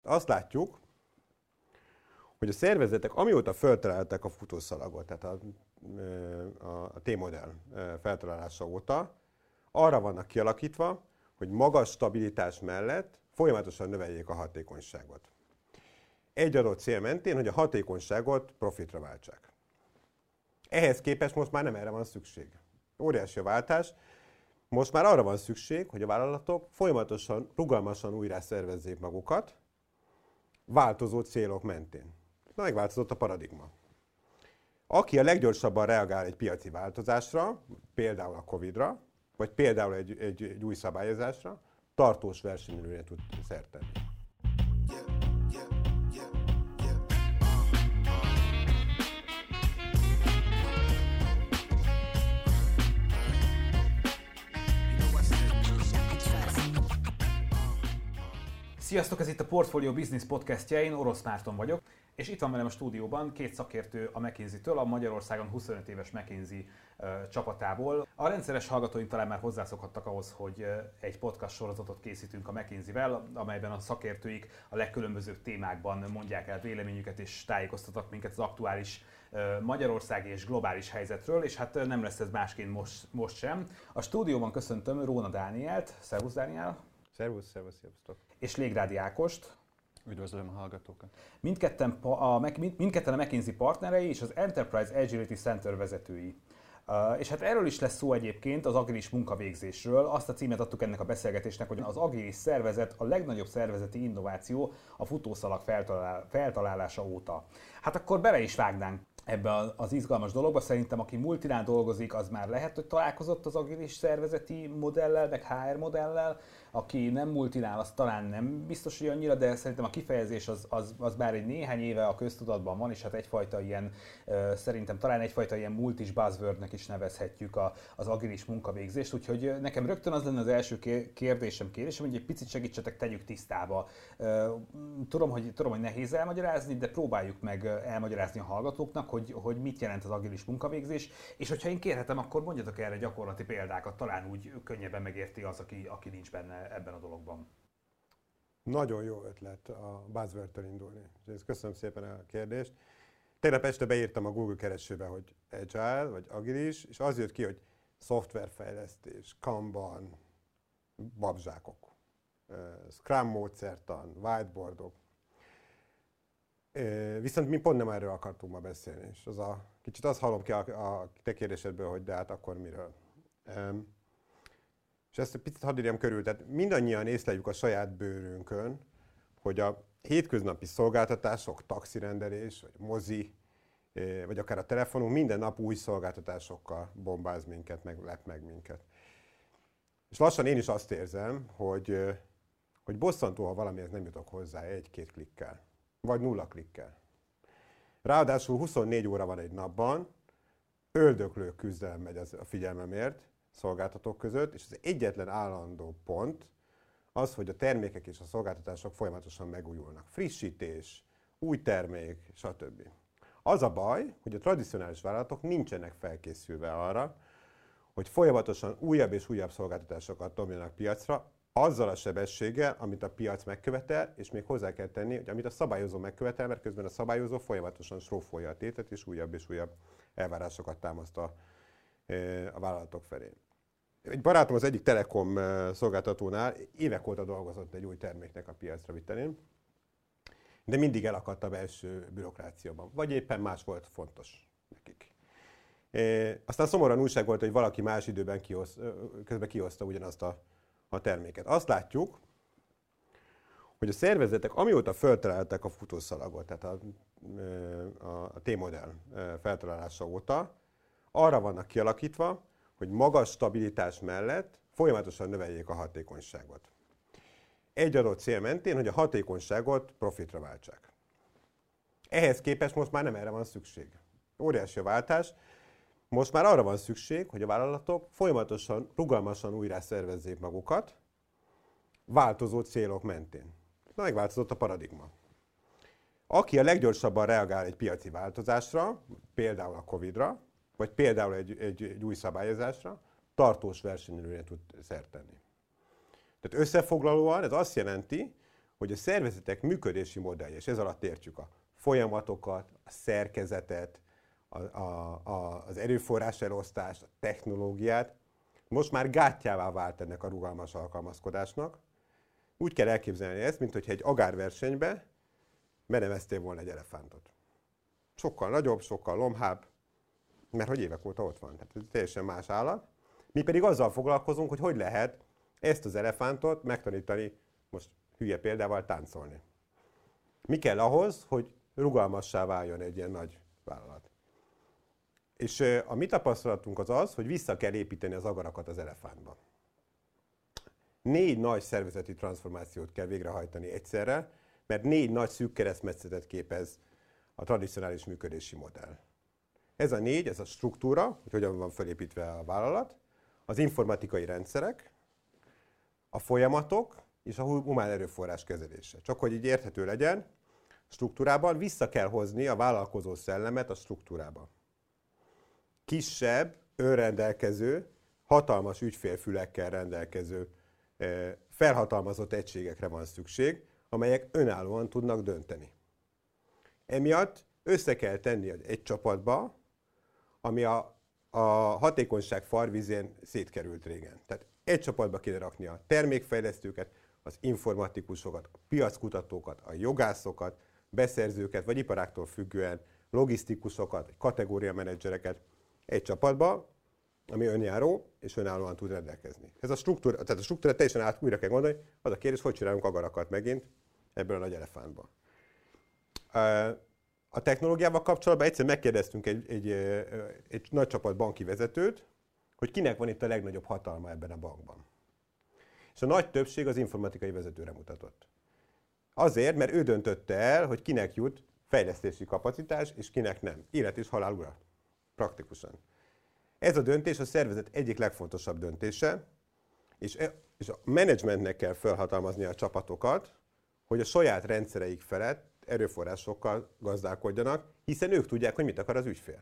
azt látjuk, hogy a szervezetek, amióta feltalálták a futószalagot, tehát a T-modell feltalálása óta, arra vannak kialakítva, hogy magas stabilitás mellett folyamatosan növeljék a hatékonyságot. Egy adott cél mentén, hogy a hatékonyságot profitra váltsák. Ehhez képest most már nem erre van szükség. Óriási a váltás. Most már arra van szükség, hogy a vállalatok folyamatosan, rugalmasan újra szervezzék magukat, változó célok mentén. Na, megváltozott a paradigma. Aki a leggyorsabban reagál egy piaci változásra, például a Covid-ra, vagy például egy új szabályozásra, tartós versenyelőnyre tud szert tenni. Sziasztok, ez itt a Portfolio Business podcastja, én Orosz Márton vagyok, és itt van velem a stúdióban két szakértő a McKinsey-től, a Magyarországon 25 éves McKinsey csapatából. A rendszeres hallgatóink talán már hozzászokhattak ahhoz, hogy egy podcast sorozatot készítünk a McKinsey-vel, amelyben a szakértőik a legkülönbözőbb témákban mondják el véleményüket és tájékoztatnak minket az aktuális magyarországi és globális helyzetről, és hát nem lesz ez másként most sem. A stúdióban köszöntöm Róna Dánielt. Szervusz, Dániel! Szervusz, sziasztok! És Légrádi Ákost. Üdvözlöm a hallgatókat! Mindketten a McKinsey partnerei és az Enterprise Agility Center vezetői. És hát erről is lesz szó egyébként, az agilis munkavégzésről. Azt a címet adtuk ennek a beszélgetésnek, hogy az agilis szervezet a legnagyobb szervezeti innováció a futószalag feltalálása óta. Hát akkor bele is vágnánk ebbe az izgalmas dologba. Szerintem, aki multinál dolgozik, az már lehet, hogy találkozott az agilis szervezeti modellel, meg HR modellel. Aki nem multinál, az talán nem biztos, hogy annyira, de szerintem a kifejezés az már egy néhány éve a köztudatban van, és hát egyfajta ilyen, szerintem talán egyfajta ilyen multis buzzwordnek is nevezhetjük az agilis munkavégzést. Úgyhogy nekem rögtön az lenne az első kérdésem, hogy egy picit segítsetek, tegyük tisztába. Tudom, hogy nehéz elmagyarázni, de próbáljuk meg elmagyarázni a hallgatóknak, hogy mit jelent az agilis munkavégzés, és hogyha én kérhetem, akkor mondjatok erre gyakorlati példákat, talán úgy könnyebben megérti az, aki nincs benne ebben a dologban. Nagyon jó ötlet a buzzword-től indulni. És köszönöm szépen a kérdést. Tegnap este beírtam a Google keresőbe, hogy Agile vagy agilis, és az jött ki, hogy szoftverfejlesztés, Kanban, babzsákok, Scrum módszertan, whiteboardok. Viszont mi pont nem erről akartunk ma beszélni, és kicsit azt hallom ki a te kérdésedből, hogy de hát akkor miről. És ezt egy picit hadd írjam körül, tehát mindannyian észleljük a saját bőrünkön, hogy a hétköznapi szolgáltatások, taxirendelés, vagy mozi, vagy akár a telefonunk minden nap új szolgáltatásokkal bombáz minket, meg lep meg minket. És lassan én is azt érzem, hogy bosszantó, ha valamihez nem jutok hozzá egy-két klikkel, vagy 0 klikkel. Ráadásul 24 óra van egy napban, öldöklő küzdelem megy a figyelmemért, szolgáltatók között, és az egyetlen állandó pont az, hogy a termékek és a szolgáltatások folyamatosan megújulnak. Frissítés, új termék, stb. Az a baj, hogy a tradicionális vállalatok nincsenek felkészülve arra, hogy folyamatosan újabb és újabb szolgáltatásokat dobjanak piacra, azzal a sebességgel, amit a piac megkövetel, és még hozzá kell tenni, hogy amit a szabályozó megkövetel, mert közben a szabályozó folyamatosan srófolja a tétet, és újabb elvárásokat támaszt a vállalatok felé. Egy barátom az egyik telekom szolgáltatónál évek óta dolgozott egy új terméknek a piacra vitelén, de mindig elakadt a belső bürokráciában, vagy éppen más volt fontos nekik. Aztán szomorúan újság volt, hogy valaki más időben közben kihozta ugyanazt a terméket. Azt látjuk, hogy a szervezetek, amióta feltalálták a futószalagot, tehát a T-modell feltalálása óta, arra vannak kialakítva, hogy magas stabilitás mellett folyamatosan növeljék a hatékonyságot. Egy adott cél mentén, hogy a hatékonyságot profitra váltsák. Ehhez képest most már nem erre van szükség. Óriási a váltás. Most már arra van szükség, hogy a vállalatok folyamatosan, rugalmasan újra szervezzék magukat, változó célok mentén. Na, megváltozott a paradigma. Aki a leggyorsabban reagál egy piaci változásra, például a Covid-ra, vagy például egy új szabályozásra, tartós versenyelőnyre tud szert tenni. Tehát összefoglalóan ez azt jelenti, hogy a szervezetek működési modellje, és ez alatt értjük a folyamatokat, a szerkezetet, az erőforrás elosztást, a technológiát, most már gátjává vált ennek a rugalmas alkalmazkodásnak. Úgy kell elképzelni ezt, mint hogyha egy agárversenybe beneveztél volna egy elefántot. Sokkal nagyobb, sokkal lomhább, mert hogy évek óta ott van. Tehát ez teljesen más állat. Mi pedig azzal foglalkozunk, hogy lehet ezt az elefántot megtanítani, most hülye példával, táncolni. Mi kell ahhoz, hogy rugalmassá váljon egy ilyen nagy vállalat. És a mi tapasztalatunk az az, hogy vissza kell építeni az agarakat az elefántba. 4 nagy szervezeti transformációt kell végrehajtani egyszerre, mert 4 nagy szűk keresztmetszetet képez a tradicionális működési modell. Ez a 4, ez a struktúra, hogy hogyan van felépítve a vállalat, az informatikai rendszerek, a folyamatok és a humán erőforrás kezelése. Csak hogy így érthető legyen, struktúrában vissza kell hozni a vállalkozó szellemet a struktúrába. Kisebb, önrendelkező, hatalmas ügyfélfülekkel rendelkező, felhatalmazott egységekre van szükség, amelyek önállóan tudnak dönteni. Emiatt össze kell tenni egy csapatba, ami a hatékonyság farvizén szétkerült régen. Tehát egy csapatba kéne rakni a termékfejlesztőket, az informatikusokat, a piackutatókat, a jogászokat, beszerzőket, vagy iparáktól függően logisztikusokat, vagy kategóriamenedzsereket egy csapatba, ami önjáró és önállóan tud rendelkezni. Ez a struktúra, tehát a struktúra teljesen újra kell gondolni, az a kérdés, hogy csinálunk agarakat megint ebből a nagy elefántból. A technológiával kapcsolatban egyszer megkérdeztünk egy nagy csapat banki vezetőt, hogy kinek van itt a legnagyobb hatalma ebben a bankban. És a nagy többség az informatikai vezetőre mutatott. Azért, mert ő döntötte el, hogy kinek jut fejlesztési kapacitás, és kinek nem. Élet és halál ura. Praktikusan. Ez a döntés a szervezet egyik legfontosabb döntése, és a menedzsmentnek kell felhatalmazni a csapatokat, hogy a saját rendszereik felett erőforrásokkal gazdálkodjanak, hiszen ők tudják, hogy mit akar az ügyfél.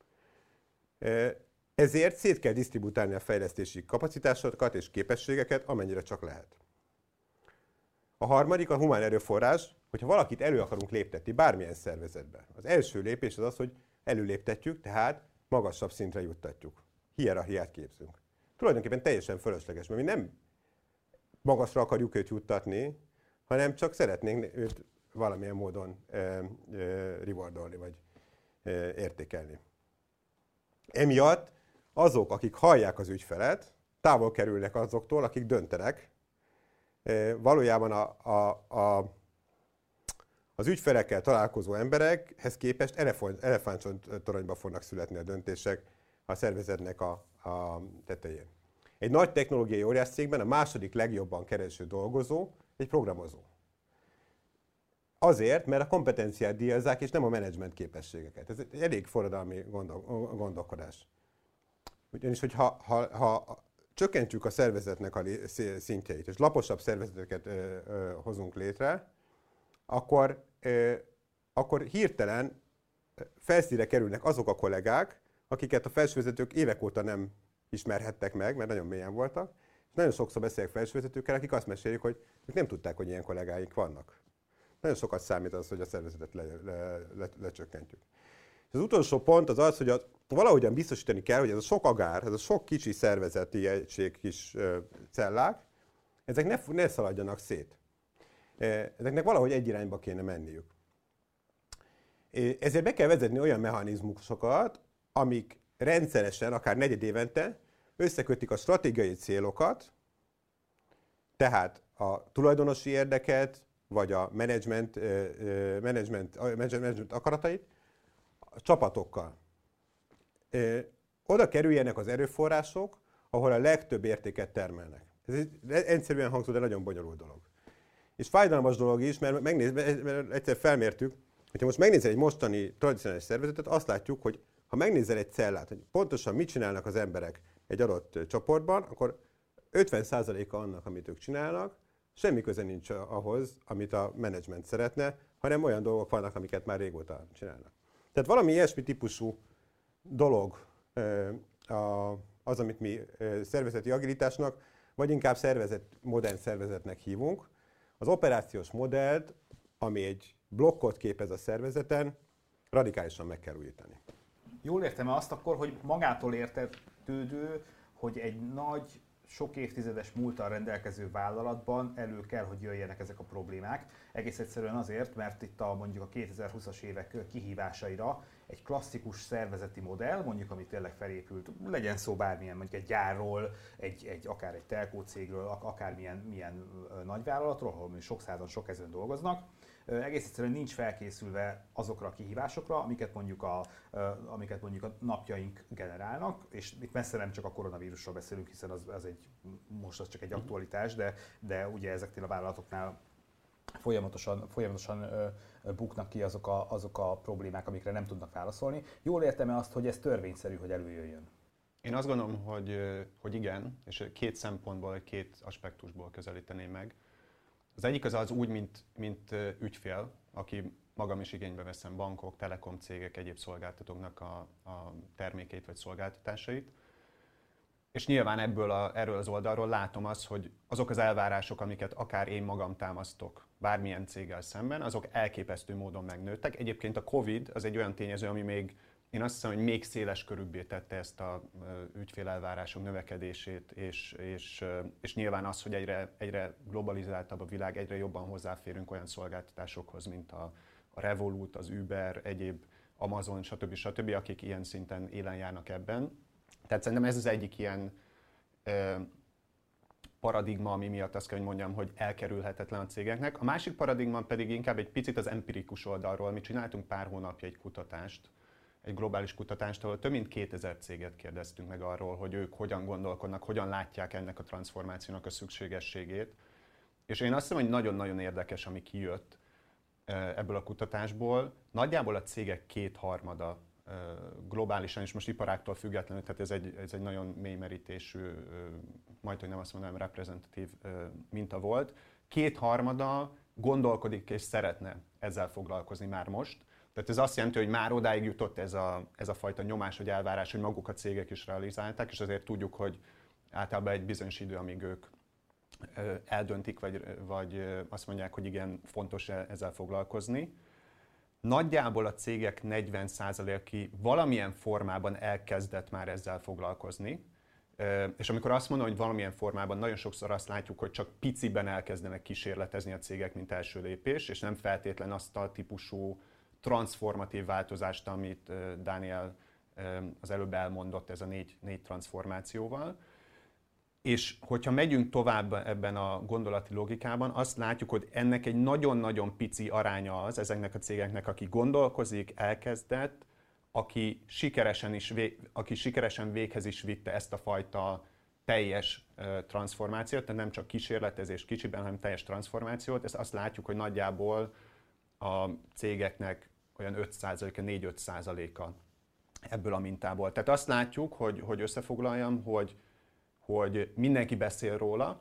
Ezért szét kell disztributálni a fejlesztési kapacitásokat és képességeket, amennyire csak lehet. A harmadik a humán erőforrás, hogyha valakit elő akarunk léptetni bármilyen szervezetbe. Az első lépés az, hogy előléptetjük, tehát magasabb szintre juttatjuk. Hierarchiát képzünk. Tulajdonképpen teljesen fölösleges, mert mi nem magasra akarjuk őt juttatni, hanem csak szeretnénk őt valamilyen módon rewardolni, vagy értékelni. Emiatt azok, akik hallják az ügyfelet, távol kerülnek azoktól, akik döntenek. Valójában az ügyfelekkel találkozó emberekhez képest elefántcsontoronyba fognak születni a döntések a szervezetnek a tetején. Egy nagy technológiai óriás cégben a második legjobban kereső dolgozó egy programozó. Azért, mert a kompetenciát díjazzák, és nem a menedzsment képességeket. Ez egy elég forradalmi gondolkodás. Ugyanis, hogy ha csökkentjük a szervezetnek a szintjeit, és laposabb szervezeteket hozunk létre, akkor hirtelen felszínre kerülnek azok a kollégák, akiket a felsővezetők évek óta nem ismerhettek meg, mert nagyon mélyen voltak, és nagyon sokszor beszélek felsővezetőkkel, akik azt mesélik, hogy ők nem tudták, hogy ilyen kollégáink vannak. Nagyon sokat számít az, hogy a szervezetet lecsökkentjük. És az utolsó pont az az, hogy valahogyan biztosítani kell, hogy ez a sok agár, ez a sok kicsi szervezeti egység, kis cellák, ezek ne szaladjanak szét. Ezeknek valahogy egy irányba kéne menniük. Ezért be kell vezetni olyan mechanizmusokat, amik rendszeresen, akár negyedévente összekötik a stratégiai célokat, tehát a tulajdonosi érdeket, vagy a menedzsment akaratait a csapatokkal. Oda kerüljenek az erőforrások, ahol a legtöbb értéket termelnek. Ez egyszerűen hangzó, de nagyon bonyolult dolog. És fájdalmas dolog is, mert egyszer felmértük, hogyha most megnézel egy mostani tradicionális szervezetet, azt látjuk, hogy ha megnézel egy cellát, hogy pontosan mit csinálnak az emberek egy adott csoportban, akkor 50%-a annak, amit ők csinálnak, semmi köze nincs ahhoz, amit a menedzsment szeretne, hanem olyan dolgok vannak, amiket már régóta csinálnak. Tehát valami ilyesmi típusú dolog az, amit mi szervezeti agilitásnak, vagy inkább modern szervezetnek hívunk, az operációs modellt, ami egy blokkot képez a szervezeten, radikálisan meg kell újítani. Jól értem azt akkor, hogy magától értetődő, hogy egy nagy, sok évtizedes múlttal rendelkező vállalatban elő kell, hogy jöjjenek ezek a problémák. Egész egyszerűen azért, mert itt mondjuk a 2020-as évek kihívásaira egy klasszikus szervezeti modell, mondjuk ami tényleg felépült, legyen szó bármilyen, mondjuk egy gyárról, akár egy telkó cégről, akár milyen nagyvállalatról, ahol sok százan, sok ezren dolgoznak, egész egyszerűen nincs felkészülve azokra a kihívásokra, amiket mondjuk a napjaink generálnak, és itt messze nem csak a koronavírusról beszélünk, hiszen most az csak egy aktualitás, de ugye ezeknél a vállalatoknál folyamatosan buknak ki azok a problémák, amikre nem tudnak válaszolni. Jól értem-e azt, hogy ez törvényszerű, hogy előjöjjön? Én azt gondolom, hogy igen, és két szempontból, két aspektusból közelíteném meg. Az egyik az úgy, mint ügyfél, aki magam is igénybe veszem bankok, telekom cégek, egyéb szolgáltatóknak a termékeit vagy szolgáltatásait. És nyilván erről az oldalról látom azt, hogy azok az elvárások, amiket akár én magam támasztok bármilyen céggel szemben, azok elképesztő módon megnőttek. Egyébként a Covid az egy olyan tényező, ami én azt hiszem, hogy még széles körűbbé tette ezt a ügyfélelvárások növekedését, és nyilván az, hogy egyre globalizáltabb a világ, egyre jobban hozzáférünk olyan szolgáltatásokhoz, mint a Revolut, az Uber, egyéb Amazon, stb., akik ilyen szinten élen járnak ebben. Tehát szerintem ez az egyik ilyen paradigma, ami miatt azt kell, hogy mondjam, hogy elkerülhetetlen a cégeknek. A másik paradigma pedig inkább egy picit az empirikus oldalról. Mi csináltunk pár hónapja egy kutatást, egy globális kutatást, ahol több mint 2000 céget kérdeztünk meg arról, hogy ők hogyan gondolkodnak, hogyan látják ennek a transformációnak a szükségességét. És én azt hiszem, hogy nagyon-nagyon érdekes, ami kijött ebből a kutatásból. Nagyjából a cégek kétharmada globálisan, és most iparáktól függetlenül, tehát ez egy nagyon mélymerítésű, majdhogy nem azt mondanám, reprezentatív minta volt. Kétharmada gondolkodik és szeretne ezzel foglalkozni már most. Tehát ez azt jelenti, hogy már odáig jutott ez a fajta nyomás vagy elvárás, hogy maguk a cégek is realizálták, és azért tudjuk, hogy általában egy bizonyos idő, amíg ők eldöntik, vagy azt mondják, hogy igen, fontos ezzel foglalkozni. Nagyjából a cégek 40%-i valamilyen formában elkezdett már ezzel foglalkozni. És amikor azt mondom, hogy valamilyen formában, nagyon sokszor azt látjuk, hogy csak piciben elkezdenek kísérletezni a cégek, mint első lépés, és nem feltétlen azt a típusú transformatív változást, amit Dániel az előbb elmondott, ez a négy transformációval. És hogyha megyünk tovább ebben a gondolati logikában, azt látjuk, hogy ennek egy nagyon-nagyon pici aránya az ezeknek a cégeknek, aki gondolkozik, elkezdett, aki sikeresen véghez is vitte ezt a fajta teljes transformációt, tehát nem csak kísérletezés kicsiben, hanem teljes transformációt. Ezt azt látjuk, hogy nagyjából a cégeknek olyan 5%-a, 4-5%-a ebből a mintából. Tehát azt látjuk, hogy összefoglaljam, hogy mindenki beszél róla,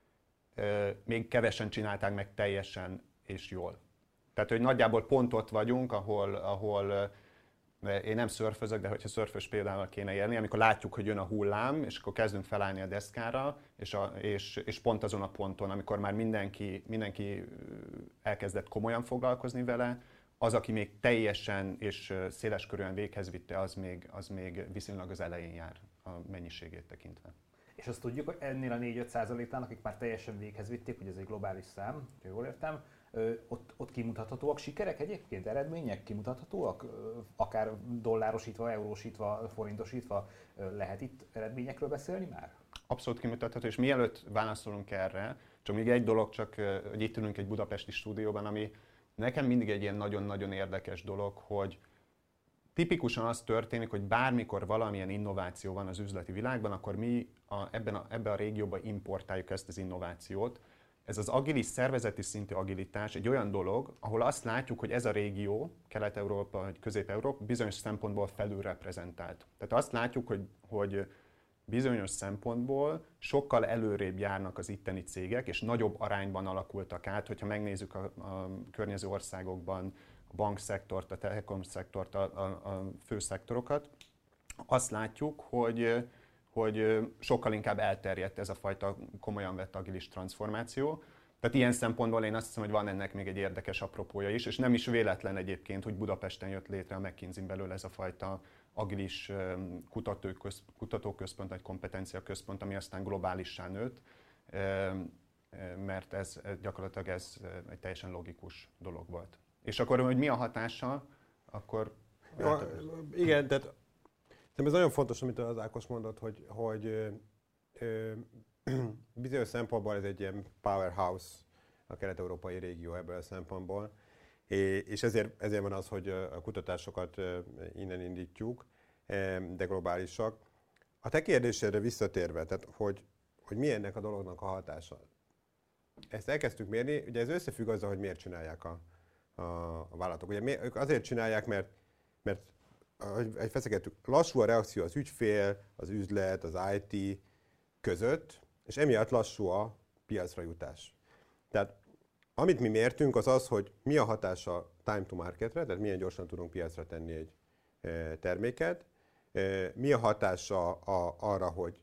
még kevesen csinálták meg teljesen és jól. Tehát, hogy nagyjából pont ott vagyunk, ahol én nem szörfözök, de hogyha szörfös példával kéne élni, amikor látjuk, hogy jön a hullám, és akkor kezdünk felállni a deszkára, és pont azon a ponton, amikor már mindenki elkezdett komolyan foglalkozni vele, az, aki még teljesen és széleskörűen véghez vitte, az még viszonylag az elején jár a mennyiségét tekintve. És azt tudjuk, hogy ennél a 4-5%-nál, akik már teljesen véghez vitték, hogy ez egy globális szám, ha jól értem, ott kimutathatóak sikerek egyébként, eredmények kimutathatóak, akár dollárosítva, eurósítva, forintosítva, lehet itt eredményekről beszélni már? Abszolút kimutatható, és mielőtt válaszolunk erre, csak még egy dolog, hogy itt ülünk egy budapesti stúdióban, ami nekem mindig egy ilyen nagyon-nagyon érdekes dolog, hogy tipikusan az történik, hogy bármikor valamilyen innováció van az üzleti világban, akkor mi ebben a régióban importáljuk ezt az innovációt. Ez az agilis, szervezeti szintű agilitás egy olyan dolog, ahol azt látjuk, hogy ez a régió, Kelet-Európa vagy Közép-Európa bizonyos szempontból felülreprezentált. Tehát azt látjuk, hogy bizonyos szempontból sokkal előrébb járnak az itteni cégek, és nagyobb arányban alakultak át, hogyha megnézzük a környező országokban a bankszektort, a telekom szektort, a főszektorokat, azt látjuk, hogy sokkal inkább elterjedt ez a fajta komolyan vett agilis transformáció. Tehát ilyen szempontból én azt hiszem, hogy van ennek még egy érdekes apropója is, és nem is véletlen egyébként, hogy Budapesten jött létre a McKinsey-n belül ez a fajta agilis kutatóközpont, vagy kompetenciaközpont, ami aztán globálissá nőtt, mert ez gyakorlatilag egy teljesen logikus dolog volt. És akkor, hogy mi a hatása, akkor... Ja, igen, tehát ez nagyon fontos, amit az Ákos mondott, hogy bizonyos szempontból ez egy ilyen powerhouse a kelet-európai régió ebből a szempontból, és ezért van az, hogy a kutatásokat innen indítjuk, de globálisak. A te kérdésedre visszatérve, tehát hogy mi ennek a dolognak a hatása. Ezt elkezdtük mérni, ugye ez összefügg azzal, hogy miért csinálják a vállalatok. Ugye ők azért csinálják, mert ahogy feszegettük, lassú a reakció az ügyfél, az üzlet, az IT között, és emiatt lassú a piacra jutás. Tehát amit mi mértünk, az az, hogy mi a hatása time to marketre, tehát milyen gyorsan tudunk piacra tenni egy terméket, mi a hatása arra, hogy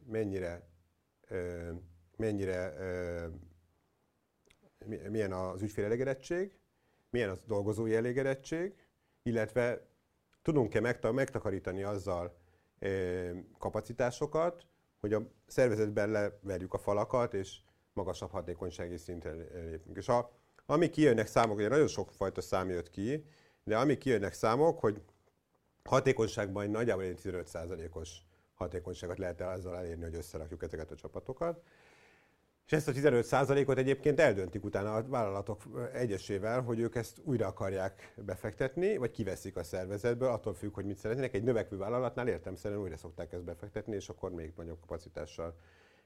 milyen az ügyfél elégedettség, milyen az dolgozói elégedettség, illetve tudunk-e megtakarítani azzal kapacitásokat, hogy a szervezetben leverjük a falakat, és magasabb hatékonysági szintre lépünk. És ami kijönnek számok, ugye nagyon sokfajta szám jött ki, de ami kijönnek számok, hogy hatékonyságban nagyjából 15%-os hatékonyságot lehet azzal elérni, hogy összerakjuk ezeket a csapatokat. És ezt a 15%-ot egyébként eldöntik utána a vállalatok egyesével, hogy ők ezt újra akarják befektetni, vagy kiveszik a szervezetből, attól függ, hogy mit szeretnének. Egy növekvő vállalatnál értelemszerűen újra szokták ezt befektetni, és akkor még nagyobb kapacitással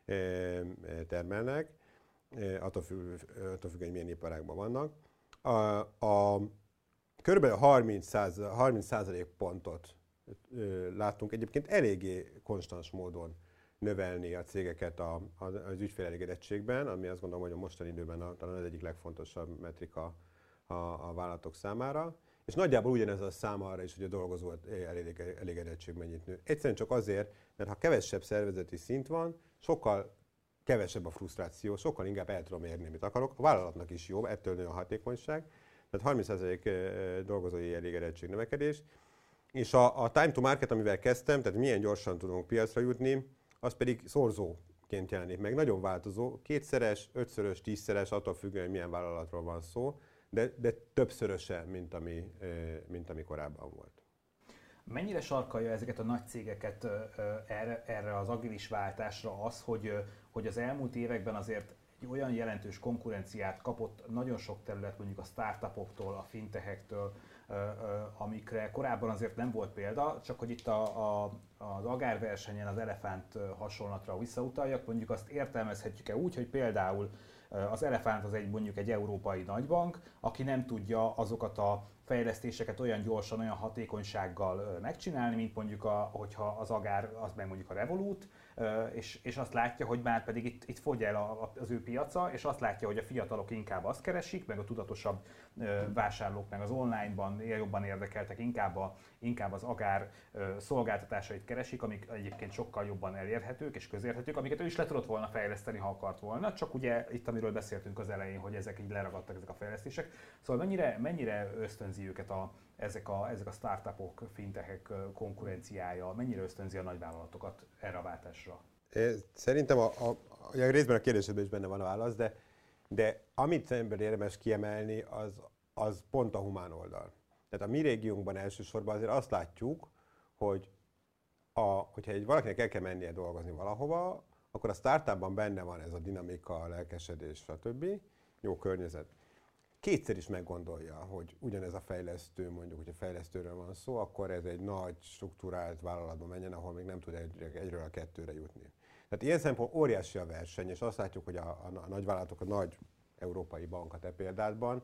termelnek, attól függ, hogy milyen iparágban vannak. Körülbelül 30% pontot láttunk egyébként eléggé konstans módon növelni a cégeket az ügyfél elégedettségben, ami azt gondolom, hogy a mostani időben talán az egyik legfontosabb metrika a vállalatok számára. És nagyjából ugyanez a szám arra is, hogy a dolgozó elégedettség mennyit nő. Egyszerűen csak azért, mert ha kevesebb szervezeti szint van, sokkal kevesebb a frusztráció, sokkal inkább el tudom érni, amit akarok. A vállalatnak is jó, ettől nő a hatékonyság. Tehát 30% dolgozói elégedettség növekedés. És a time to market, amivel kezdtem, tehát milyen gyorsan tudunk piacra jutni, az pedig szorzóként jelenik meg. Nagyon változó, 2-szeres, 5-szörös, 10-szeres, attól függően, hogy milyen vállalatról van szó, de többszöröse, mint ami korábban volt. Mennyire sarkalja ezeket a nagy cégeket erre az agilis váltásra az, hogy az elmúlt években azért egy olyan jelentős konkurenciát kapott nagyon sok terület, mondjuk a startupoktól, a fintechektől, amikre korábban azért nem volt példa, csak hogy itt az agárversenyen az elefánt hasonlatra visszautaljak, mondjuk azt értelmezhetjük-e úgy, hogy például az elefánt az mondjuk egy európai nagybank, aki nem tudja azokat a fejlesztéseket olyan gyorsan, olyan hatékonysággal megcsinálni, mint mondjuk hogyha az agár, az meg mondjuk a Revolut, és azt látja, hogy már pedig itt fogy el az ő piaca, és azt látja, hogy a fiatalok inkább azt keresik, meg a tudatosabb vásárlók, meg az online-ban jobban érdekeltek, inkább az agár szolgáltatásait keresik, amik egyébként sokkal jobban elérhetők és közérthetők, amiket ő is le tudott volna fejleszteni, ha akart volna, csak ugye itt, amiről beszéltünk az elején, hogy ezek így leragadtak, ezek a fejlesztések. Szóval mennyire ösztönzi őket ezek a startupok, fintechek konkurenciája, mennyire ösztönzi a nagyvállalatokat erre a váltásra? Szerintem ugye részben a kérdésedben is benne van a válasz, de amit ember érdemes kiemelni, az pont a humán oldal. Tehát a mi régiónkban elsősorban azért azt látjuk, hogy hogyha valakinek el kell mennie dolgozni valahova, akkor a startupban benne van ez a dinamika, a lelkesedés, stb. Jó környezet. Kétszer is meggondolja, hogy ugyanez a fejlesztő, mondjuk, hogyha fejlesztőről van szó, akkor ez egy nagy, struktúrált vállalatba menjen, ahol még nem tud egyről a kettőre jutni. Tehát ilyen szempontból óriási a verseny, és azt látjuk, hogy a nagyvállalatok, a nagy európai bank a te példádban,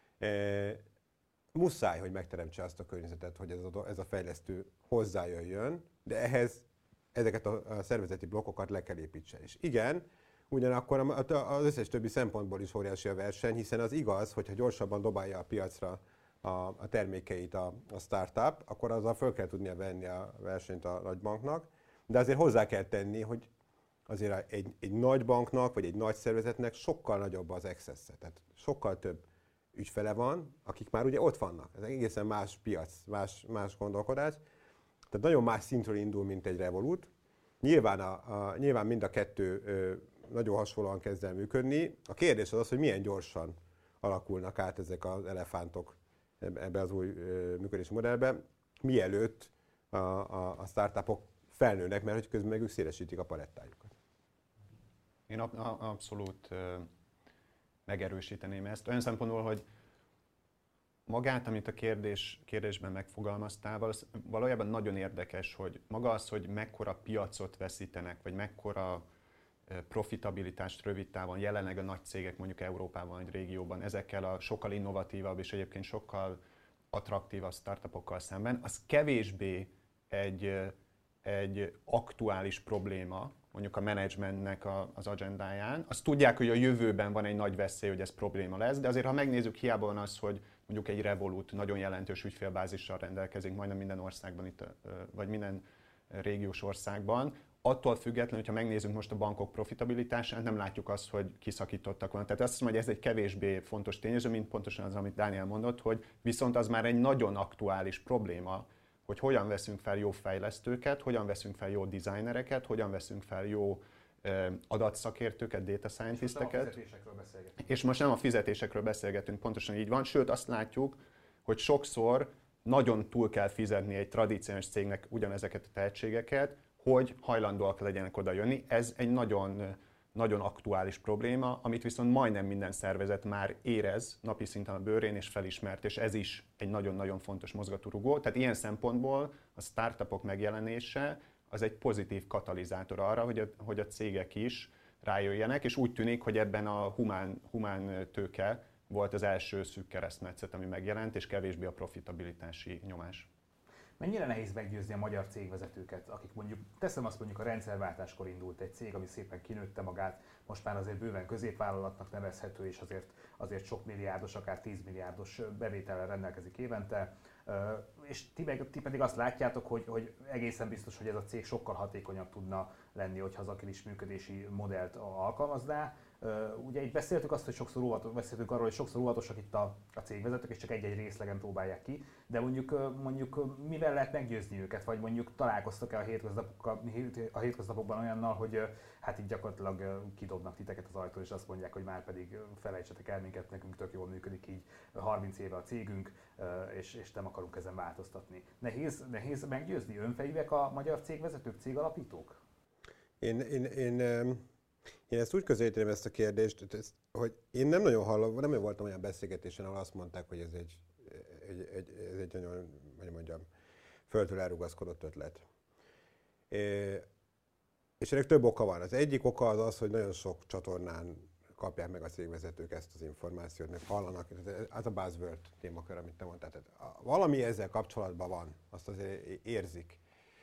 muszáj, hogy megteremtse azt a környezetet, hogy ez a fejlesztő hozzájöjjön, de ehhez ezeket a szervezeti blokkokat le kell építse. És igen, ugyanakkor az összes többi szempontból is óriási a verseny, hiszen az igaz, hogyha gyorsabban dobálja a piacra a termékeit a startup, akkor azzal föl kell tudnia venni a versenyt a nagybanknak, de azért hozzá kell tenni, hogy azért egy nagy banknak, vagy egy nagy szervezetnek sokkal nagyobb az access-e. Tehát sokkal több ügyfele van, akik már ugye ott vannak. Ez egészen más piac, más gondolkodás. Tehát nagyon más szintről indul, mint egy Revolut. Nyilván mind a kettő nagyon hasonlóan kezd el működni. A kérdés az, hogy milyen gyorsan alakulnak át ezek az elefántok ebbe az új működési modellbe, mielőtt a startupok felnőnek, mert hogy közben meg ők szélesítik a palettájukat. Én abszolút megerősíteném ezt. Olyan szempontból, hogy magát, amit a kérdésben megfogalmaztál, valójában nagyon érdekes, hogy maga az, hogy mekkora piacot veszítenek, vagy mekkora profitabilitást rövid távon jelenleg a nagy cégek mondjuk Európában, egy régióban ezekkel a sokkal innovatívabb és egyébként sokkal attraktívabb startupokkal szemben, az kevésbé egy aktuális probléma, mondjuk a menedzsmentnek az agendáján. Azt tudják, hogy a jövőben van egy nagy veszély, hogy ez probléma lesz, de azért ha megnézzük, hiába van az, hogy mondjuk egy Revolut nagyon jelentős ügyfélbázissal rendelkezik majdnem minden országban, itt, vagy minden régiós országban, attól függetlenül, hogyha megnézzük most a bankok profitabilitását, nem látjuk azt, hogy kiszakítottak volna. Tehát azt hiszem, hogy ez egy kevésbé fontos tényező, mint pontosan az, amit Dániel mondott, hogy viszont az már egy nagyon aktuális probléma, hogy hogyan veszünk fel jó fejlesztőket, hogyan veszünk fel jó designereket, hogyan veszünk fel jó adatszakértőket, data scientisteket. És most nem a fizetésekről beszélgetünk, pontosan így van, sőt azt látjuk, hogy sokszor nagyon túl kell fizetni egy tradíciós cégnek ugyanezeket a tehetségeket, hogy hajlandóak legyenek oda jönni. Ez egy nagyon, nagyon aktuális probléma, amit viszont majdnem minden szervezet már érez napi szinten a bőrén és felismert, és ez is egy nagyon-nagyon fontos mozgatórugó. Tehát ilyen szempontból a startupok megjelenése az egy pozitív katalizátor arra, hogy a cégek is rájöjjenek, és úgy tűnik, hogy ebben a humán tőke volt az első szűk keresztmetszet, ami megjelent, és kevésbé a profitabilitási nyomás. Mennyire nehéz meggyőzni a magyar cégvezetőket, akik mondjuk, teszem azt mondjuk a rendszerváltáskor indult egy cég, ami szépen kinőtte magát, most már azért bőven középvállalatnak nevezhető, és azért sok milliárdos, akár 10 milliárdos bevétellel rendelkezik évente, és ti pedig azt látjátok, hogy egészen biztos, hogy ez a cég sokkal hatékonyabb tudna lenni, hogyha az agilis működési modellt alkalmazná. Ugye itt beszéltünk azt, hogy beszéltünk arról, hogy sokszor óvatosak itt a cégvezetők, és csak egy-egy részlegen próbálják ki, de mondjuk mivel lehet meggyőzni őket, vagy mondjuk találkoztok-e a hétköznapokban olyannal, hogy hát így gyakorlatilag kidobnak titeket az ajtól, és azt mondják, hogy már pedig felejtsetek el minket, nekünk tök jól működik így 30 éve a cégünk, és nem akarunk ezen változtatni. Nehéz meggyőzni önfejűek a magyar cégvezetők, cégalapítók? Én ezt úgy közelítem ezt a kérdést, hogy én nem nagyon voltam olyan beszélgetésen, ahol azt mondták, hogy ez egy nagyon, hogy mondjam, földtől elrugaszkodott ötlet. És ennek több oka van. Az egyik oka az, hogy nagyon sok csatornán kapják meg a cégvezetők ezt az információt, meg hallanak. Ez a buzzword témakör, amit te mondtál. Tehát valami ezzel kapcsolatban van, azt azért érzik.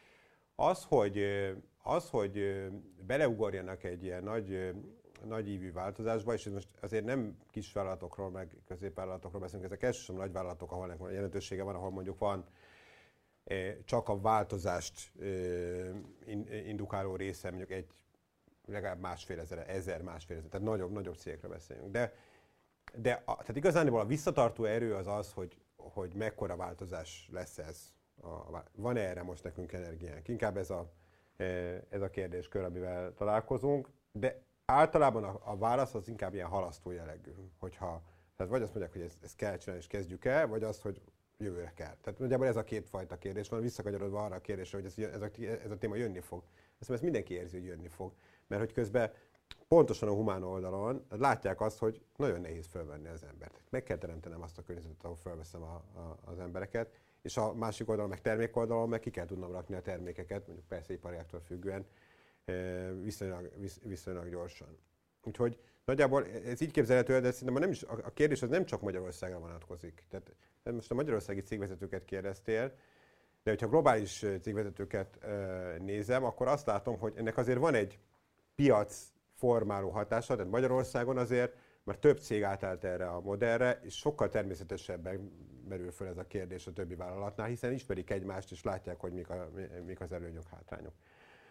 Az, hogy beleugorjanak egy ilyen nagy ívű változásba, és most azért nem kis vállalatokról, meg középvállalatokról beszélünk, ezek elsősorban nagy vállalatok, ahol ennek jelentősége van, ahol mondjuk van csak a változást indukáló része, mondjuk legalább másfél ezer, tehát nagyobb cégekről beszélünk. Tehát igazániból a visszatartó erő az, hogy mekkora változás lesz ez. Van-e erre most nekünk energiánk? Inkább ez a kérdéskör, amivel találkozunk, de általában a válasz az inkább ilyen halasztó jellegű, tehát vagy azt mondják, hogy ezt kell csinálni és kezdjük el, vagy azt, hogy jövőre kell. Tehát nagyjából ez a kétfajta kérdés van, visszakanyarodva arra a kérdésre, hogy ez a téma jönni fog. Ezt mindenki érzi, hogy jönni fog, mert hogy közben pontosan a humán oldalon látják azt, hogy nagyon nehéz fölvenni az embert. Meg kell teremtenem azt a környezetet, ahol fölveszem az embereket, és a másik oldalon, meg termékoldalon meg ki kell tudnom rakni a termékeket, mondjuk persze ipariáktól függően, viszonylag gyorsan. Úgyhogy nagyjából ez így képzelhető, de szerintem a kérdés az nem csak Magyarországra vonatkozik. Tehát most a magyarországi cégvezetőket kérdeztél, de hogyha globális cégvezetőket nézem, akkor azt látom, hogy ennek azért van egy piac formáló hatása, tehát Magyarországon azért már több cég átállt erre a modellre, és sokkal természetesebben merül föl ez a kérdés a többi vállalatnál, hiszen ismerik egymást, és látják, hogy mik az előnyök, hátrányok.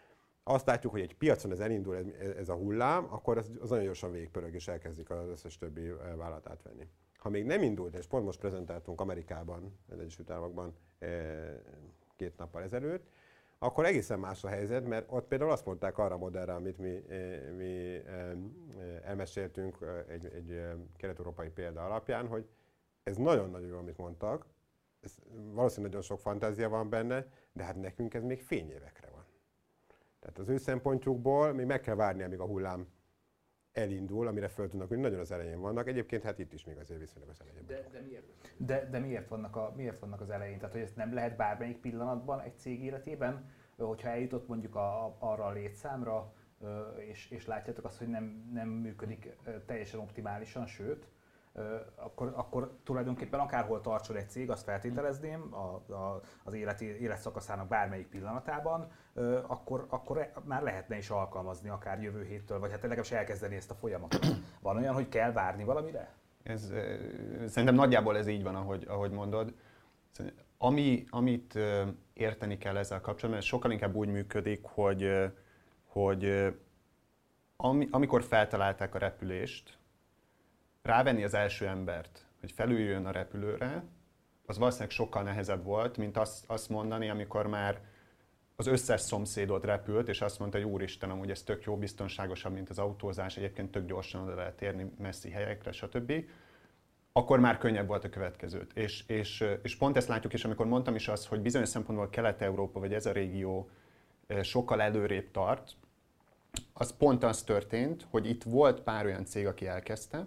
azt látjuk, hogy egy piacon ez elindul ez a hullám, akkor az nagyon gyorsan végigpörög, és elkezdik az összes többi vállalat átvenni. Ha még nem indult, és pont most prezentáltunk Amerikában, az Egyesült Államokban 2 nappal ezelőtt, akkor egészen más a helyzet, mert ott például azt mondták arra a modellre, amit mi elmeséltünk egy kelet-európai példa alapján, hogy ez nagyon-nagyon jó, amit mondtak, ez valószínűleg nagyon sok fantázia van benne, de hát nekünk ez még fényévekre van. Tehát az ő szempontjukból még meg kell várni, amíg a hullám elindul, amire föl tudnak, hogy nagyon az elején vannak. Egyébként hát itt is még azért viszonylag az elején vannak. De miért vannak az elején? Tehát, hogy ezt nem lehet bármelyik pillanatban egy cég életében, hogyha eljutott mondjuk arra a létszámra, és látjátok azt, hogy nem működik teljesen optimálisan, sőt, akkor tulajdonképpen akárhol tartson egy cég, azt feltételezném az életszakaszának bármelyik pillanatában, akkor már lehetne is alkalmazni akár jövő héttől, vagy hát legalábbis elkezdeni ezt a folyamatot. Van olyan, hogy kell várni valamire? Szerintem nagyjából ez így van, ahogy mondod. Amit érteni kell ezzel kapcsolatban, ez sokkal inkább úgy működik, hogy amikor feltalálták a repülést, rávenni az első embert, hogy felüljön a repülőre, az valószínűleg sokkal nehezebb volt, mint azt mondani, amikor már az összes szomszédod repült, és azt mondta, hogy úristen, amúgy ez tök jó, biztonságosabb, mint az autózás, egyébként tök gyorsan oda lehet érni messzi helyekre, stb. Akkor már könnyebb volt a következőt. És pont ezt látjuk, és amikor mondtam is azt, hogy bizonyos szempontból Kelet-Európa, vagy ez a régió sokkal előrébb tart, az pont az történt, hogy itt volt pár olyan cég, aki elkezdte,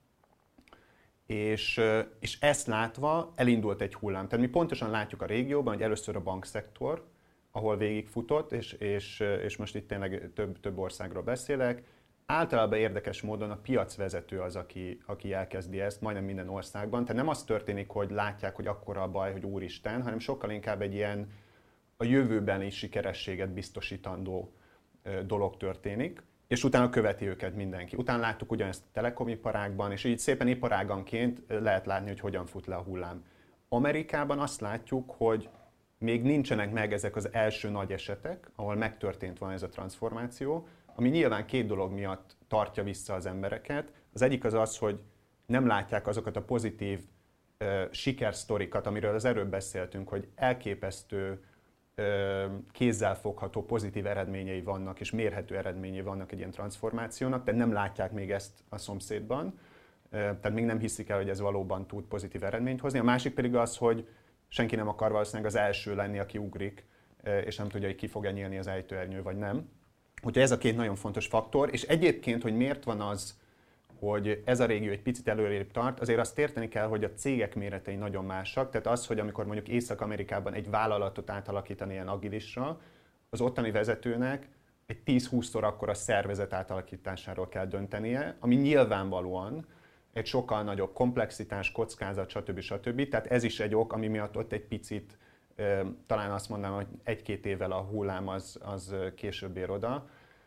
és ezt látva elindult egy hullám. Tehát mi pontosan látjuk a régióban, hogy először a bankszektor, ahol végigfutott, és most itt tényleg több országról beszélek, általában érdekes módon a piacvezető az, aki elkezdi ezt, majdnem minden országban. Tehát nem az történik, hogy látják, hogy akkora a baj, hogy úristen, hanem sokkal inkább egy ilyen a jövőbeni sikerességet biztosítandó dolog történik, és utána követi őket mindenki. Utána láttuk ugyanezt a telekomiparágban, és így szépen iparáganként lehet látni, hogy hogyan fut le a hullám. Amerikában azt látjuk, hogy még nincsenek meg ezek az első nagy esetek, ahol megtörtént van ez a transformáció, ami nyilván 2 dolog miatt tartja vissza az embereket. Az egyik az, hogy nem látják azokat a pozitív sikersztorikat, amiről az előbb beszéltünk, hogy elképesztő, kézzelfogható pozitív eredményei vannak, és mérhető eredményei vannak egy ilyen transformációnak, de nem látják még ezt a szomszédban, tehát még nem hiszik el, hogy ez valóban tud pozitív eredményt hozni. A másik pedig az, hogy senki nem akar valószínűleg az első lenni, aki ugrik, és nem tudja, hogy ki fog nyílni az ejtőernyő, vagy nem. Úgyhogy ez a 2 nagyon fontos faktor, és egyébként, hogy miért van az, hogy ez a régió egy picit előrébb tart, azért azt érteni kell, hogy a cégek méretei nagyon másak, tehát az, hogy amikor mondjuk Észak-Amerikában egy vállalatot átalakítani ilyen agilisra, az ottani vezetőnek egy 10-20-szor akkora szervezet átalakításáról kell döntenie, ami nyilvánvalóan egy sokkal nagyobb komplexitás, kockázat, stb. Tehát ez is egy ok, ami miatt ott egy picit, talán azt mondanám, hogy 1-2 évvel a hullám az később ér oda,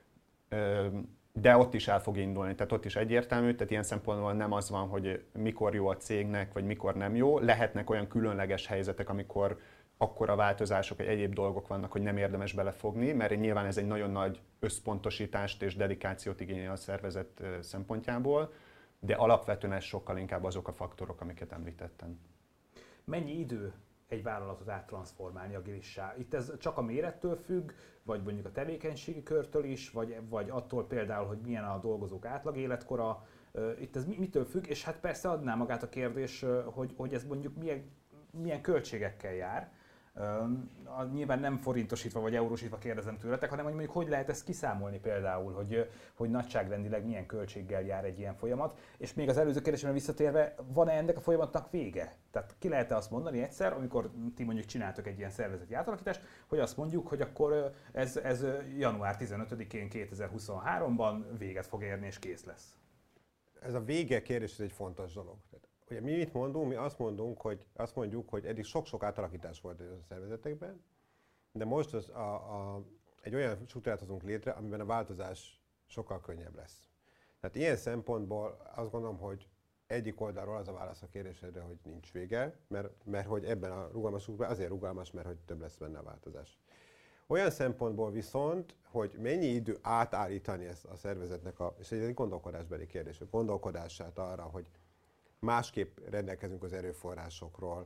de ott is el fog indulni, tehát ott is egyértelmű, tehát ilyen szempontból nem az van, hogy mikor jó a cégnek, vagy mikor nem jó. Lehetnek olyan különleges helyzetek, amikor akkora változások, vagy egyéb dolgok vannak, hogy nem érdemes belefogni, mert nyilván ez egy nagyon nagy összpontosítást és dedikációt igényel a szervezet szempontjából, de alapvetően ez sokkal inkább azok a faktorok, amiket említettem. Mennyi idő egy vállalatot áttranszformálni agilissá? Itt ez csak a mérettől függ, vagy mondjuk a tevékenységi körtől is, vagy attól például, hogy milyen a dolgozók átlag életkora. Itt ez mitől függ, és hát persze adná magát a kérdés, hogy ez mondjuk milyen költségekkel jár. Nyilván nem forintosítva vagy eurósítva kérdezem tőletek, hanem hogy mondjuk hogy lehet ezt kiszámolni például, hogy nagyságrendileg milyen költséggel jár egy ilyen folyamat. És még az előző kérdésemre visszatérve, van-e ennek a folyamatnak vége? Tehát ki lehet-e azt mondani egyszer, amikor ti mondjuk csináltok egy ilyen szervezeti átalakítást, hogy azt mondjuk, hogy akkor ez január 15-én 2023-ban véget fog érni és kész lesz? Ez a vége kérdés, ez egy fontos dolog. Ugye mi mit mondunk? Mi azt mondjuk, hogy eddig sok-sok átalakítás volt a szervezetekben, de most egy olyan struktúrát hozunk létre, amiben a változás sokkal könnyebb lesz. Tehát ilyen szempontból azt gondolom, hogy egyik oldalról az a válasz a kérdésedre, hogy nincs vége, mert hogy ebben a rugalmas struktúrában azért rugalmas, mert hogy több lesz benne a változás. Olyan szempontból viszont, hogy mennyi idő átállítani ezt a szervezetnek, és ez egy gondolkodásbeli kérdés, a gondolkodását arra, hogy másképp rendelkezünk az erőforrásokról,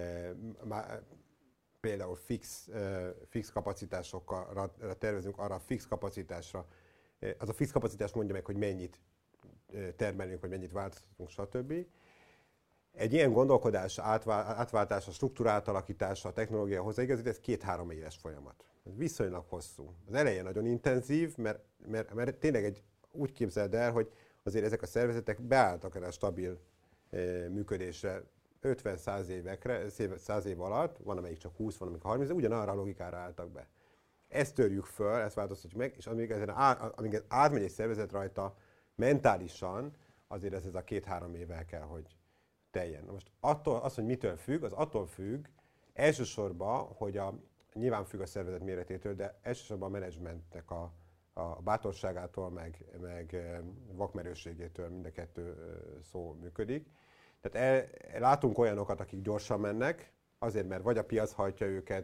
például fix kapacitásokkal tervezünk arra a fix kapacitásra. Az a fix kapacitás mondja meg, hogy mennyit termelünk, vagy mennyit változtatunk, stb. Egy ilyen gondolkodás átváltása, struktúra átalakítása, a technológia hozzáigazítás, ez 2-3 éves folyamat. Ez viszonylag hosszú. Az eleje nagyon intenzív, mert tényleg úgy képzeld el, hogy azért ezek a szervezetek beálltak erre a stabil működésre 50-100 év alatt, van amelyik csak 20, van amelyik 30, de ugyanarra a logikára álltak be. Ezt törjük föl, ezt változtatjuk meg, és amíg ez átmegy egy szervezet rajta mentálisan, azért ez a 2-3 évvel kell, hogy teljen. Na most hogy mitől függ, az attól függ elsősorban, hogy nyilván függ a szervezet méretétől, de elsősorban a menedzsmentnek a bátorságától, meg vakmerősségétől mind a kettő szó működik. Tehát látunk olyanokat, akik gyorsan mennek, azért, mert vagy a piac hajtja őket,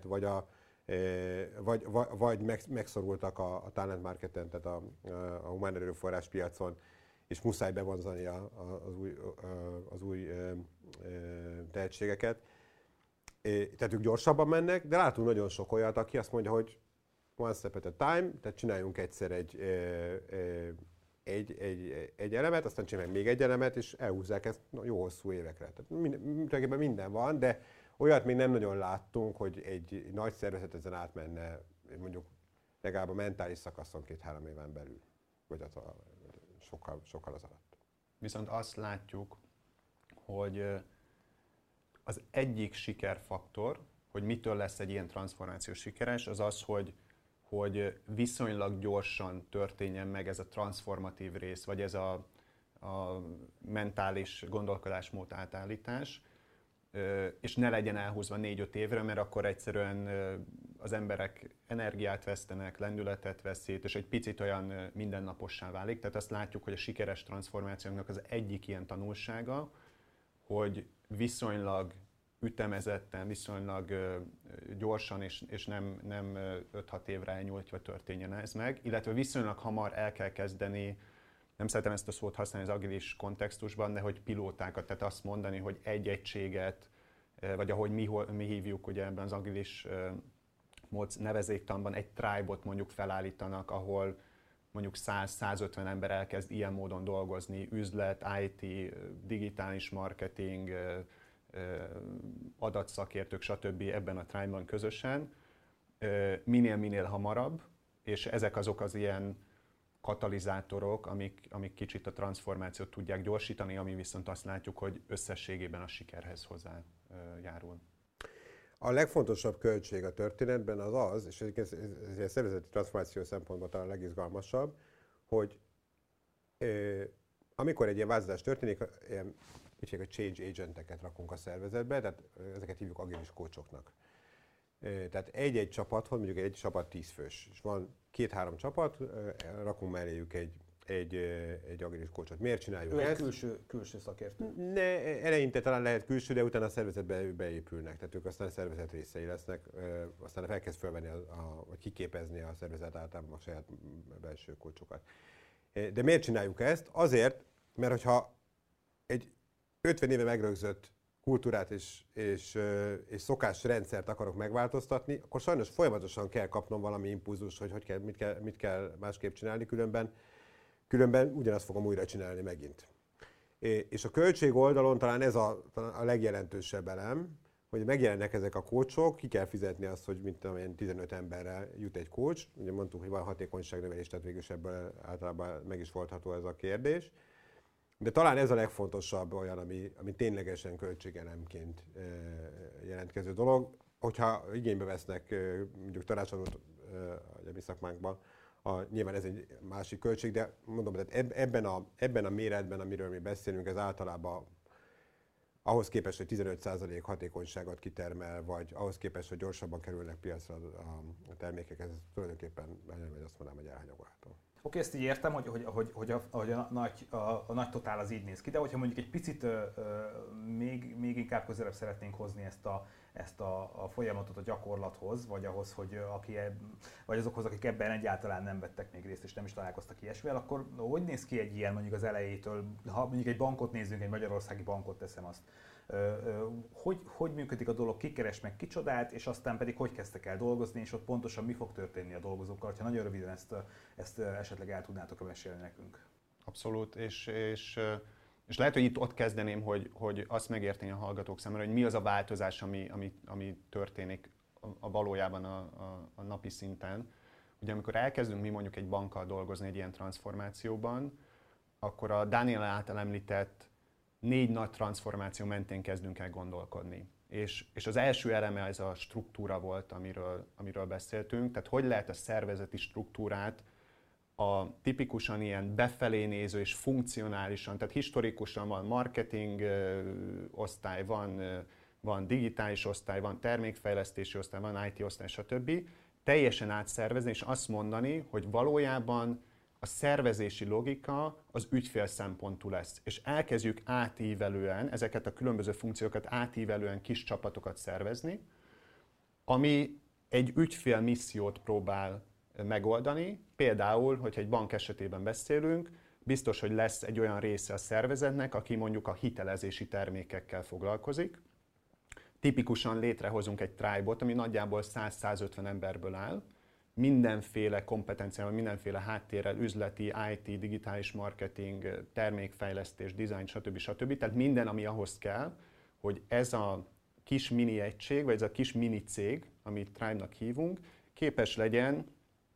vagy megszorultak a talent marketen, tehát a humán erőforrás piacon, és muszáj bevonzani az új tehetségeket. Tehát ők gyorsabban mennek, de látunk nagyon sok olyat, aki azt mondja, hogy one step at a time, tehát csináljunk egyszer egy elemet, aztán csináljuk még egy elemet, és elhúzzák ezt jó hosszú évekre. Tehát minden van, de olyat még nem nagyon láttunk, hogy egy nagy szervezet ezen átmenne, mondjuk legalább a mentális szakaszon 2-3 éven belül, vagy sokkal az alatt. Viszont azt látjuk, hogy az egyik sikerfaktor, hogy mitől lesz egy ilyen transformáció sikeres, az az, hogy viszonylag gyorsan történjen meg ez a transformatív rész, vagy ez a mentális gondolkodásmód átállítás, és ne legyen elhúzva 4-5 évre, mert akkor egyszerűen az emberek energiát vesztenek, lendületet veszít, és egy picit olyan mindennapossá válik. Tehát azt látjuk, hogy a sikeres transformációknak az egyik ilyen tanulsága, hogy viszonylag ütemezetten, viszonylag gyorsan és nem 5-6 évre elnyújtva történjen ez meg, illetve viszonylag hamar el kell kezdeni, nem szeretem ezt a szót használni az agilis kontextusban, de hogy pilótákat, tehát azt mondani, hogy egy egységet, vagy ahogy mi hívjuk ugye ebben az agilis nevezéktanban, egy tribe-ot mondjuk felállítanak, ahol mondjuk 100-150 ember elkezd ilyen módon dolgozni, üzlet, IT, digitális marketing, adatszakértők, stb. Ebben a tribe-ban közösen, minél hamarabb, és ezek azok az ilyen katalizátorok, amik kicsit a transformációt tudják gyorsítani, ami viszont azt látjuk, hogy összességében a sikerhez hozzájárul. A legfontosabb költség a történetben az, és ez a szervezeti transformáció szempontból talán a legizgalmasabb, hogy amikor egy ilyen változás történik, ilyen a change agenteket rakunk a szervezetbe, tehát ezeket hívjuk agilis coachoknak. Tehát egy-egy csapathoz, mondjuk egy csapat 10 fős, és van 2-3 csapat, rakunk melléjük egy agilis coachot. Miért csináljuk ezt? Külső szakértő. Eleinte talán lehet külső, de utána a szervezetbe beépülnek, tehát ők aztán a szervezet részei lesznek, aztán elkezd felvenni, vagy kiképezni a szervezet általában a saját belső coachokat. De miért csináljuk ezt? Azért, mert hogyha egy 50 éve megrögzött kultúrát és szokásrendszert akarok megváltoztatni, akkor sajnos folyamatosan kell kapnom valami impulzus, hogy mit kell másképp csinálni, különben ugyanazt fogom újra csinálni megint. És a költség oldalon talán ez a legjelentősebb elem, hogy megjelennek ezek a coachok, ki kell fizetni azt, hogy 15 emberre jut egy coach. Ugye mondtuk, hogy van hatékonyságnövelés, tehát végül is ebből általában meg is oldható ez a kérdés. De talán ez a legfontosabb olyan, ami ténylegesen költségelemként jelentkező dolog. Hogyha igénybe vesznek mondjuk tanácsadót a mi szakmánkban, nyilván ez egy másik költség, de mondom, hogy ebben a méretben, amiről mi beszélünk, ez általában ahhoz képest, hogy 15% hatékonyságot kitermel, vagy ahhoz képest, hogy gyorsabban kerülnek piacra a termékek, ez tulajdonképpen, azt mondanám, hogy elhanyagolható. Oké, ezt így értem, hogy a nagy totál az így néz ki, de hogyha mondjuk egy picit még inkább közelebb szeretnénk hozni ezt a folyamatot a gyakorlathoz, vagy ahhoz, vagy azokhoz, akik ebben egyáltalán nem vettek még részt és nem is találkoztak ilyesmivel, akkor hogy néz ki egy ilyen mondjuk az elejétől, ha mondjuk egy bankot nézzünk, egy magyarországi bankot teszem azt, hogy működik a dolog, ki keres meg kicsodát, és aztán pedig hogy kezdtek el dolgozni, és ott pontosan mi fog történni a dolgozókkal, ha nagyon röviden ezt esetleg el tudnátok mesélni nekünk. Abszolút, és lehet, hogy ott kezdeném, hogy azt megérteni a hallgatók számára, hogy mi az a változás, ami történik valójában a napi szinten. Ugye amikor elkezdünk mi mondjuk egy bankkal dolgozni egy ilyen transformációban, akkor a Dániel által említett 4 nagy transformáció mentén kezdünk el gondolkodni. És az első eleme ez a struktúra volt, amiről beszéltünk. Tehát hogy lehet a szervezeti struktúrát a tipikusan ilyen befelé néző és funkcionálisan, tehát historikusan van marketing osztály, van digitális osztály, van termékfejlesztési osztály, van IT osztály, stb. Teljesen átszervezni és azt mondani, hogy valójában a szervezési logika az ügyfél szempontú lesz. És elkezdjük átívelően, ezeket a különböző funkciókat átívelően kis csapatokat szervezni, ami egy ügyfél missziót próbál megoldani. Például, hogyha egy bank esetében beszélünk, biztos, hogy lesz egy olyan része a szervezetnek, aki mondjuk a hitelezési termékekkel foglalkozik. Tipikusan létrehozunk egy tribe-ot, ami nagyjából 100-150 emberből áll, mindenféle kompetenciával, mindenféle háttérrel, üzleti, IT, digitális marketing, termékfejlesztés, design, stb. Tehát minden, ami ahhoz kell, hogy ez a kis mini egység, vagy ez a kis mini cég, amit Tribe-nak hívunk, képes legyen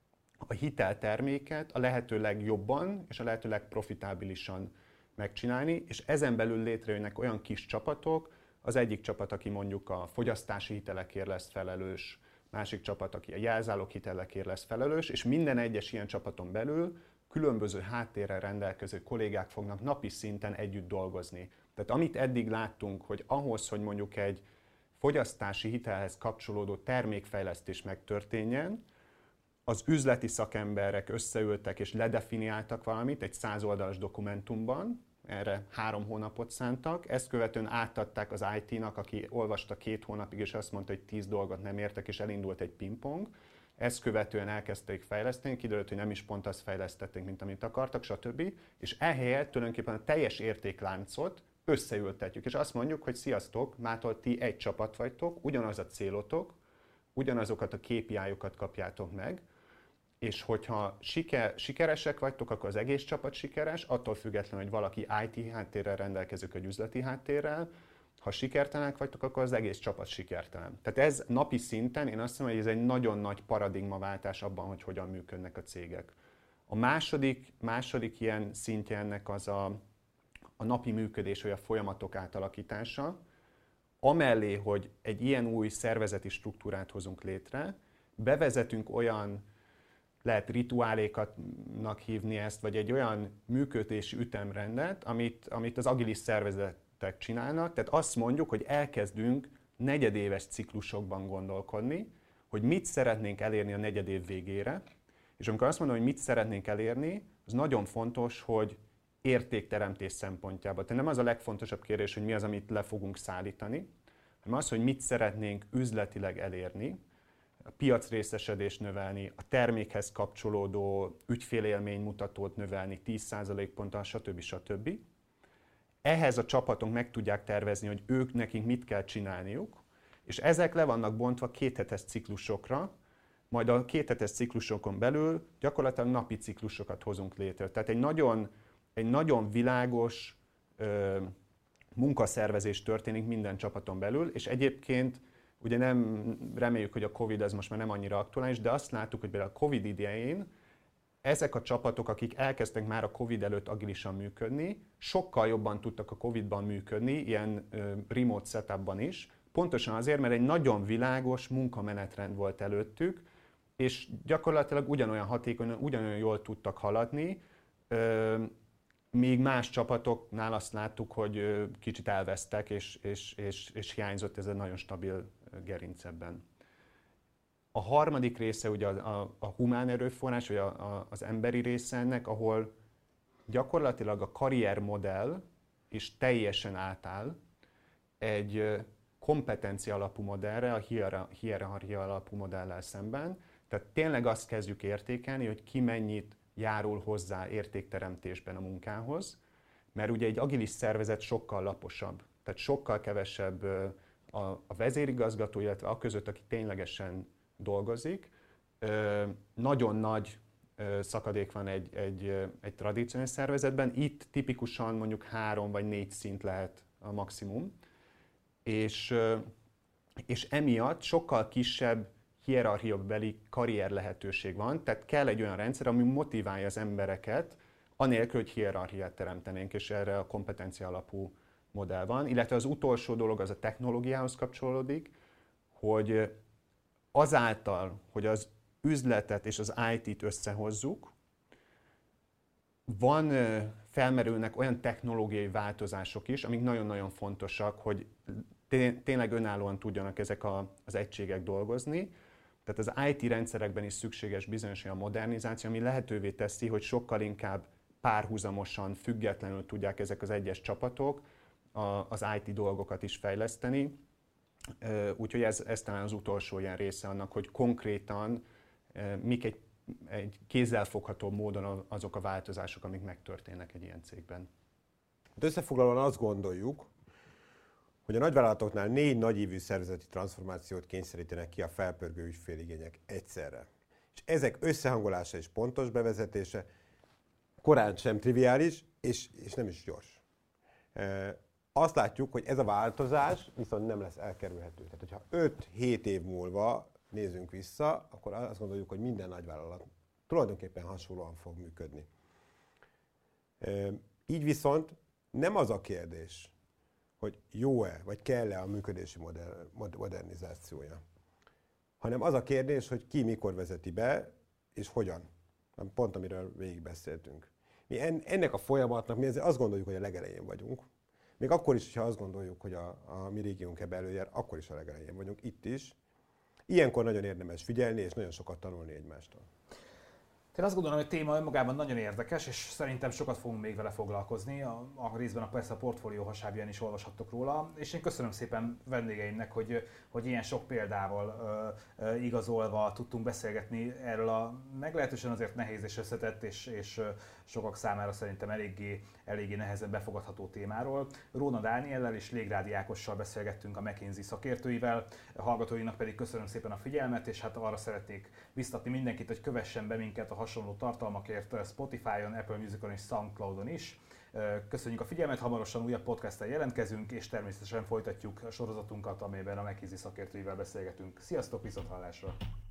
a hitelterméket a lehető legjobban és a lehető legprofitábilisan megcsinálni, és ezen belül létrejönnek olyan kis csapatok, az egyik csapat, aki mondjuk a fogyasztási hitelekért lesz felelős, másik csapat, aki a jelzálog hitelekért lesz felelős, és minden egyes ilyen csapaton belül különböző háttérrel rendelkező kollégák fognak napi szinten együtt dolgozni. Tehát amit eddig láttunk, hogy ahhoz, hogy mondjuk egy fogyasztási hitelhez kapcsolódó termékfejlesztés megtörténjen, az üzleti szakemberek összeültek és ledefiniáltak valamit egy 100 oldalas dokumentumban, erre 3 hónapot szántak, ezt követően átadták az IT-nak, aki olvasta 2 hónapig, és azt mondta, hogy 10 dolgot nem értek, és elindult egy pingpong. Ezt követően elkezdték fejleszteni, kiderült, hogy nem is pont azt fejlesztették, mint amit akartak, stb. És ehelyett tulajdonképpen a teljes értékláncot összeültetjük, és azt mondjuk, hogy sziasztok, mától ti egy csapat vagytok, ugyanaz a célotok, ugyanazokat a KPI-okat kapjátok meg, és hogyha sikeresek vagytok, akkor az egész csapat sikeres, attól függetlenül, hogy valaki IT háttérrel rendelkezik, egy üzleti háttérrel, ha sikertelenek vagytok, akkor az egész csapat sikertelen. Tehát ez napi szinten, én azt mondom, hogy ez egy nagyon nagy paradigmaváltás abban, hogy hogyan működnek a cégek. A második ilyen szintje ennek az a napi működés, vagy a folyamatok átalakítása. Amellé, hogy egy ilyen új szervezeti struktúrát hozunk létre, bevezetünk olyan, lehet rituáléknak hívni ezt, vagy egy olyan működési ütemrendet, amit az agilis szervezetek csinálnak. Tehát azt mondjuk, hogy elkezdünk negyedéves ciklusokban gondolkodni, hogy mit szeretnénk elérni a negyedév végére. És amikor azt mondom, hogy mit szeretnénk elérni, az nagyon fontos, hogy értékteremtés szempontjából. Tehát nem az a legfontosabb kérdés, hogy mi az, amit le fogunk szállítani, hanem az, hogy mit szeretnénk üzletileg elérni, a piacrészesedést növelni, a termékhez kapcsolódó ügyfélélménymutatót növelni 10% ponttal, stb. Ehhez a csapatok meg tudják tervezni, hogy ők nekik mit kell csinálniuk, és ezek le vannak bontva 2 hetes ciklusokra, majd a 2 hetes ciklusokon belül gyakorlatilag napi ciklusokat hozunk létre. Tehát egy nagyon világos munkaszervezés történik minden csapaton belül, és egyébként ugye nem reméljük, hogy a Covid ez most már nem annyira aktuális, de azt láttuk, hogy például a Covid idején ezek a csapatok, akik elkezdtek már a Covid előtt agilisan működni, sokkal jobban tudtak a Covidban működni, ilyen remote setupban is, pontosan azért, mert egy nagyon világos munkamenetrend volt előttük, és gyakorlatilag ugyanolyan hatékonyan, ugyanolyan jól tudtak haladni, míg más csapatoknál azt láttuk, hogy kicsit elvesztek, és hiányzott ez a nagyon stabil gerinc ebben. A harmadik része ugye a humán erőforrás, vagy az emberi része ennek, ahol gyakorlatilag a karriermodell is teljesen átáll egy kompetencia alapú modellre, a hierarchia alapú modellel szemben. Tehát tényleg azt kezdjük értékelni, hogy ki mennyit járul hozzá értékteremtésben a munkához, mert ugye egy agilis szervezet sokkal laposabb, tehát sokkal kevesebb a vezérigazgató, illetve a között, aki ténylegesen dolgozik. Nagyon nagy szakadék van egy tradíciós szervezetben, itt tipikusan mondjuk 3 vagy 4 szint lehet a maximum, és emiatt sokkal kisebb hierarchiabeli karrier lehetőség van, tehát kell egy olyan rendszer, ami motiválja az embereket, anélkül, hogy hierarchiát teremtenénk, és erre a kompetencia alapú modell van. Illetve az utolsó dolog az a technológiához kapcsolódik, hogy azáltal, hogy az üzletet és az IT-t összehozzuk, felmerülnek olyan technológiai változások is, amik nagyon-nagyon fontosak, hogy tényleg önállóan tudjanak ezek az egységek dolgozni. Tehát az IT rendszerekben is szükséges bizonyos olyan modernizáció, ami lehetővé teszi, hogy sokkal inkább párhuzamosan, függetlenül tudják ezek az egyes csapatok az IT dolgokat is fejleszteni. Úgyhogy ez talán az utolsó ilyen része annak, hogy konkrétan mik egy kézzelfogható módon azok a változások, amik megtörténnek egy ilyen cégben. De összefoglalóan azt gondoljuk, hogy a nagyvállalatoknál 4 nagyívű szervezeti transformációt kényszerítenek ki a felpörgő ügyféligények egyszerre. És ezek összehangolása és pontos bevezetése korán sem triviális, és nem is gyors. Azt látjuk, hogy ez a változás viszont nem lesz elkerülhető. Tehát, hogyha 5-7 év múlva nézünk vissza, akkor azt gondoljuk, hogy minden nagyvállalat tulajdonképpen hasonlóan fog működni. Így viszont nem az a kérdés, hogy jó-e, vagy kell-e a működési modernizációja, hanem az a kérdés, hogy ki mikor vezeti be, és hogyan. Pont amiről végigbeszéltünk. Mi ennek a folyamatnak mi azt gondoljuk, hogy a legelején vagyunk. Még akkor is, ha azt gondoljuk, hogy a mi régiónk ebbe előjár, akkor is a legelején vagyunk, itt is. Ilyenkor nagyon érdemes figyelni, és nagyon sokat tanulni egymástól. Én azt gondolom, hogy a téma önmagában nagyon érdekes, és szerintem sokat fogunk még vele foglalkozni. A részben persze a portfólió hasábján is olvashattok róla, és én köszönöm szépen vendégeimnek, hogy ilyen sok példával igazolva tudtunk beszélgetni erről a meglehetősen azért nehéz és összetett, és sokak számára szerintem eléggé nehezen befogadható témáról. Róna Dániellel és Légrádi Ákossal beszélgettünk, a McKinsey szakértőivel, a hallgatóinak pedig köszönöm szépen a figyelmet, és hát arra szeretnék biztatni mindenkit, hogy kövessen be minket a hasonló tartalmakért Spotify-on, Apple Musicon és Soundcloudon is. Köszönjük a figyelmet, hamarosan újabb podcasttel jelentkezünk, és természetesen folytatjuk a sorozatunkat, amelyben a McKinsey szakértőivel beszélgetünk. Sziasztok, viszonthallásra!